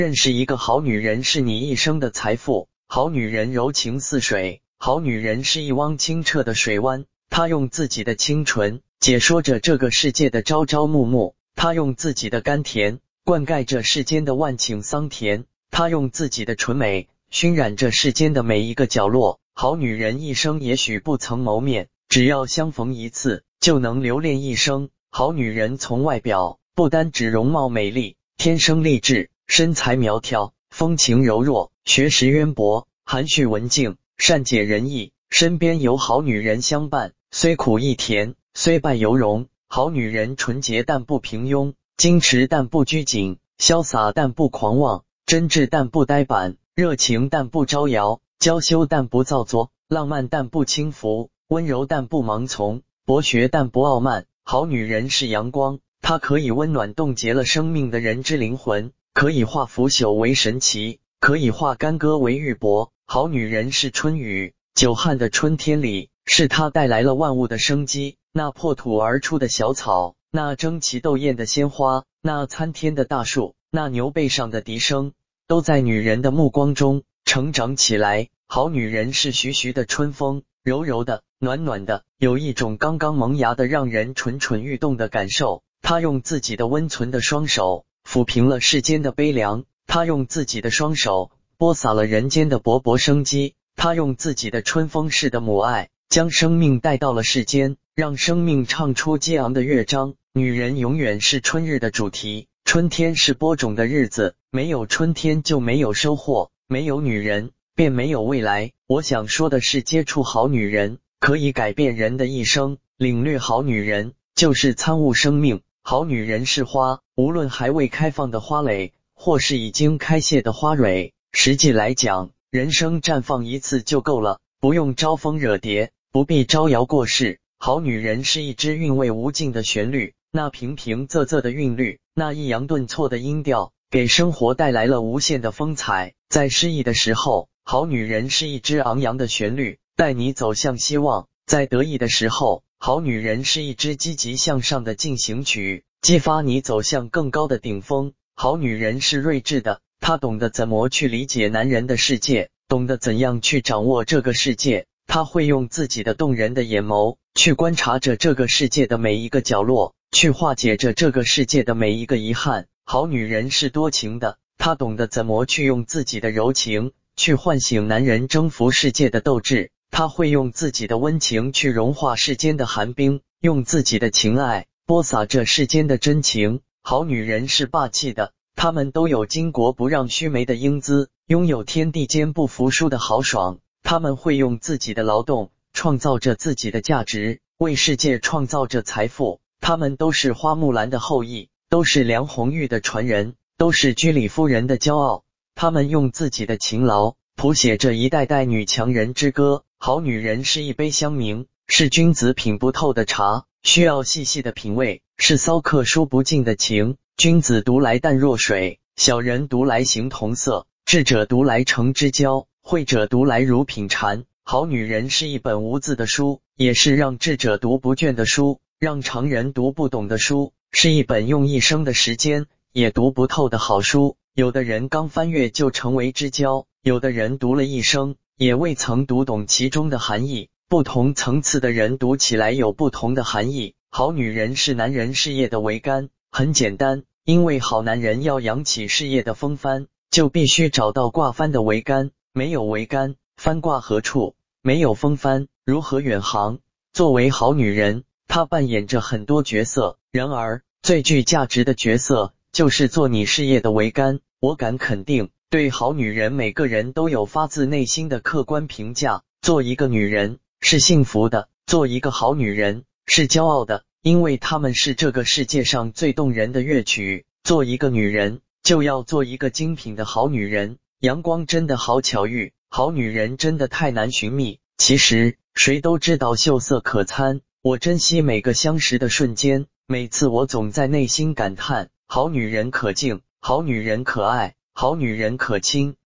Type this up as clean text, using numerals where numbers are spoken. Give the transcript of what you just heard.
认识一个好女人是你一生的财富。好女人柔情似水，好女人是一汪清澈的水湾，她用自己的清纯解说着这个世界的朝朝暮暮，她用自己的甘甜灌溉着世间的万顷桑田，她用自己的纯美熏染着世间的每一个角落。好女人一生也许不曾谋面，只要相逢一次就能留恋一生。好女人从外表不单指容貌美丽，天生丽质，身材苗条，风情柔弱，学识渊博，含蓄文静，善解人意。身边有好女人相伴，虽苦亦甜，虽败犹荣。好女人纯洁但不平庸，矜持但不拘谨，潇洒但不狂妄，真挚但不呆板，热情但不招摇，娇羞但不造作，浪漫但不轻浮，温柔但不盲从，博学但不傲慢。好女人是阳光，它可以温暖冻结了生命的人之灵魂，可以化腐朽为神奇，可以化干戈为玉帛。好女人是春雨，久旱的春天里，是她带来了万物的生机。那破土而出的小草，那争奇斗艳的鲜花，那参天的大树，那牛背上的笛声，都在女人的目光中成长起来。好女人是徐徐的春风，柔柔的，暖暖的，有一种刚刚萌芽的让人蠢蠢欲动的感受。她用自己的温存的双手抚平了世间的悲凉，她用自己的双手播撒了人间的勃勃生机，她用自己的春风式的母爱将生命带到了世间，让生命唱出激昂的乐章。女人永远是春日的主题，春天是播种的日子，没有春天就没有收获，没有女人便没有未来。我想说的是，接触好女人可以改变人的一生，领略好女人就是参悟生命。好女人是花，无论还未开放的花蕾，或是已经开谢的花蕊。实际来讲，人生绽放一次就够了，不用招蜂惹蝶，不必招摇过市。好女人是一支韵味无尽的旋律，那平平仄仄的韵律，那抑扬顿挫的音调，给生活带来了无限的风采。在失意的时候，好女人是一支昂扬的旋律，带你走向希望。在得意的时候，好女人是一支积极向上的进行曲，激发你走向更高的顶峰。好女人是睿智的，她懂得怎么去理解男人的世界，懂得怎样去掌握这个世界。她会用自己的动人的眼眸去观察着这个世界的每一个角落，去化解着这个世界的每一个遗憾。好女人是多情的，她懂得怎么去用自己的柔情去唤醒男人征服世界的斗志，她会用自己的温情去融化世间的寒冰，用自己的情爱播撒着世间的真情。好女人是霸气的，她们都有巾帼不让须眉的英姿，拥有天地间不服输的豪爽。她们会用自己的劳动创造着自己的价值，为世界创造着财富。她们都是花木兰的后裔，都是梁红玉的传人，都是居里夫人的骄傲。她们用自己的勤劳谱写着一代代女强人之歌。好女人是一杯香茗，是君子品不透的茶，需要细细的品味，是骚客说不尽的情。君子独来淡若水，小人独来形同色，智者独来成之交，慧者独来如品禅。好女人是一本无字的书，也是让智者读不倦的书，让常人读不懂的书，是一本用一生的时间也读不透的好书。有的人刚翻阅就成为知交，有的人读了一生也未曾读懂其中的含义。不同层次的人读起来有不同的含义。好女人是男人事业的桅杆，很简单，因为好男人要扬起事业的风帆，就必须找到挂帆的桅杆，没有桅杆，帆挂何处？没有风帆，如何远航？作为好女人，她扮演着很多角色，然而最具价值的角色就是做你事业的桅杆。我敢肯定，对好女人每个人都有发自内心的客观评价。做一个女人是幸福的，做一个好女人是骄傲的，因为她们是这个世界上最动人的乐曲。做一个女人就要做一个精品的好女人。阳光真的好巧遇，好女人真的太难寻觅。其实谁都知道秀色可餐，我珍惜每个相识的瞬间，每次我总在内心感叹，好女人可敬，好女人可爱，好女人可亲。